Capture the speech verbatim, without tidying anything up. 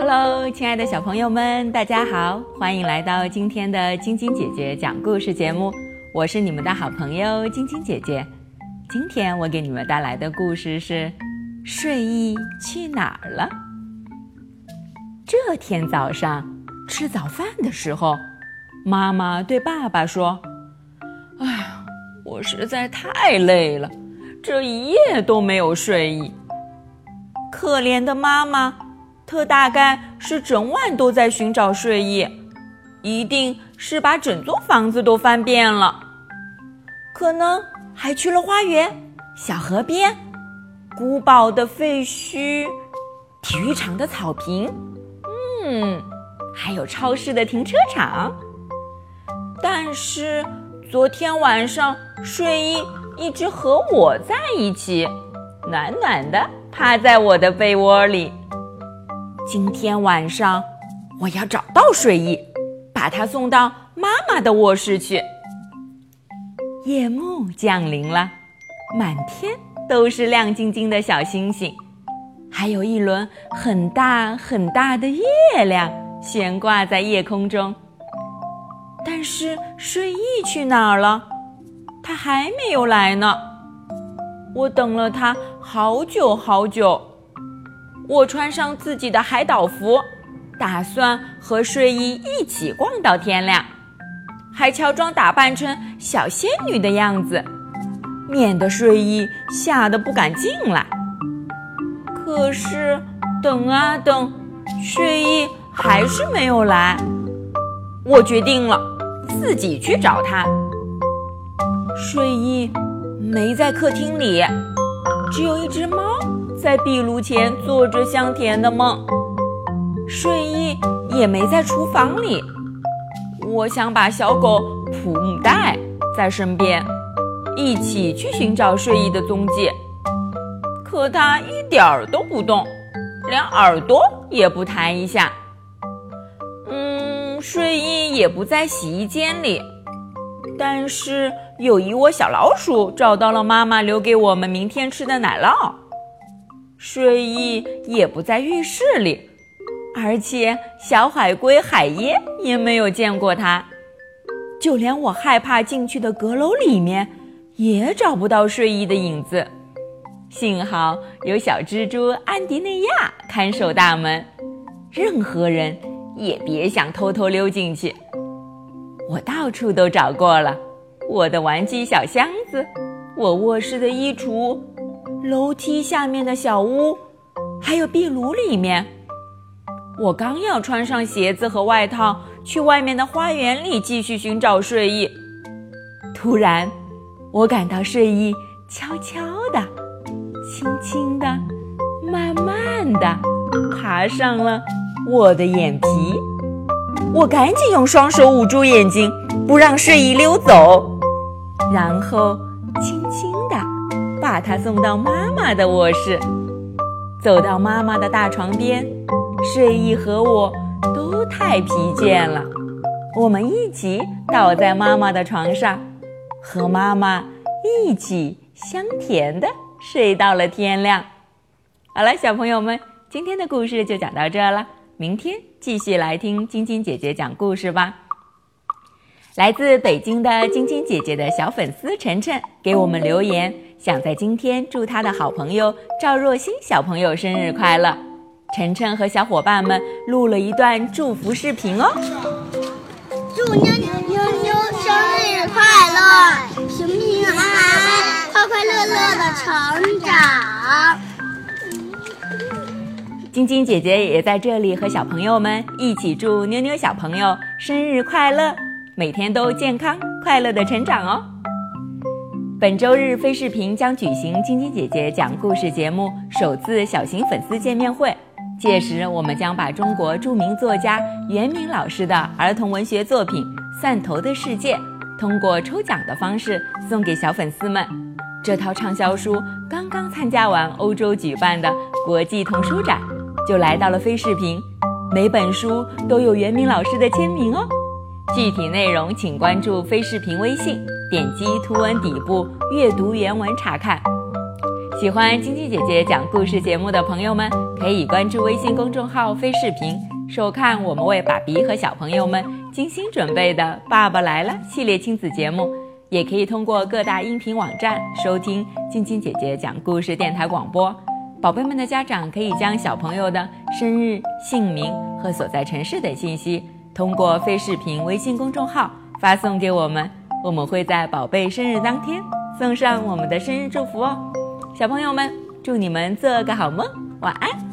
Hello， 亲爱的小朋友们，大家好，欢迎来到今天的晶晶姐姐讲故事节目，我是你们的好朋友晶晶姐姐。今天我给你们带来的故事是睡意去哪儿了。这天早上吃早饭的时候，妈妈对爸爸说：哎呀，我实在太累了，这一夜都没有睡意。可怜的妈妈，她大概是整晚都在寻找睡意，一定是把整座房子都翻遍了，可能还去了花园、小河边、古堡的废墟、体育场的草坪，嗯，还有超市的停车场。但是昨天晚上睡意一直和我在一起，暖暖的趴在我的被窝里。今天晚上我要找到睡意，把它送到妈妈的卧室去。夜幕降临了，满天都是亮晶晶的小星星，还有一轮很大很大的月亮悬挂在夜空中。但是睡意去哪儿了？他还没有来呢。我等了他好久好久。我穿上自己的海岛服，打算和睡意一起逛到天亮，还乔装打扮成小仙女的样子，免得睡意吓得不敢进来。可是等啊等，睡意还是没有来。我决定了，自己去找他。睡意没在客厅里，只有一只猫在壁炉前做着香甜的梦。睡意也没在厨房里，我想把小狗普姆带在身边，一起去寻找睡意的踪迹。可它一点儿都不动，连耳朵也不抬一下。嗯，睡意也不在洗衣间里，但是有一窝小老鼠找到了妈妈留给我们明天吃的奶酪。睡意也不在浴室里，而且小海龟海椰也没有见过它。就连我害怕进去的阁楼里面也找不到睡意的影子。幸好有小蜘蛛安迪内亚看守大门，任何人也别想偷偷溜进去。我到处都找过了，我的玩具小箱子，我卧室的衣橱，楼梯下面的小屋，还有壁炉里面。我刚要穿上鞋子和外套去外面的花园里继续寻找睡意，突然我感到睡意悄悄的、轻轻的、慢慢的爬上了我的眼皮。我赶紧用双手捂住眼睛，不让睡意溜走，然后轻轻地把它送到妈妈的卧室。走到妈妈的大床边，睡意和我都太疲倦了，我们一起倒在妈妈的床上，和妈妈一起香甜的睡到了天亮。好了，小朋友们，今天的故事就讲到这了，明天继续来听晶晶姐姐讲故事吧。来自北京的晶晶姐姐的小粉丝晨晨给我们留言，想在今天祝她的好朋友赵若欣小朋友生日快乐。晨晨和小伙伴们录了一段祝福视频哦。 祝妞妞妞生日快乐，平平安安，快快乐乐的成长。 晶晶姐姐也在这里和小朋友们一起祝妞妞小朋友生日快乐，每天都健康快乐的成长哦。本周日飞视频将举行晶晶姐姐讲故事节目首次小型粉丝见面会，届时我们将把中国著名作家袁明老师的儿童文学作品《蒜头的世界》通过抽奖的方式送给小粉丝们。这套畅销书刚刚参加完欧洲举办的国际童书展，就来到了飞视频，每本书都有袁明老师的签名哦。具体内容请关注飞视频微信，点击图文底部阅读原文查看。 喜欢晶晶姐姐讲故事节目的朋友们，可以关注微信公众号飞视频，收看我们为爸比和小朋友们精心准备的《爸爸来了》系列亲子节目，也可以通过各大音频网站收听晶晶姐姐讲故事电台广播。宝贝们的家长可以将小朋友的生日、姓名和所在城市等信息通过飞视频微信公众号发送给我们，我们会在宝贝生日当天送上我们的生日祝福哦。小朋友们，祝你们做个好梦，晚安。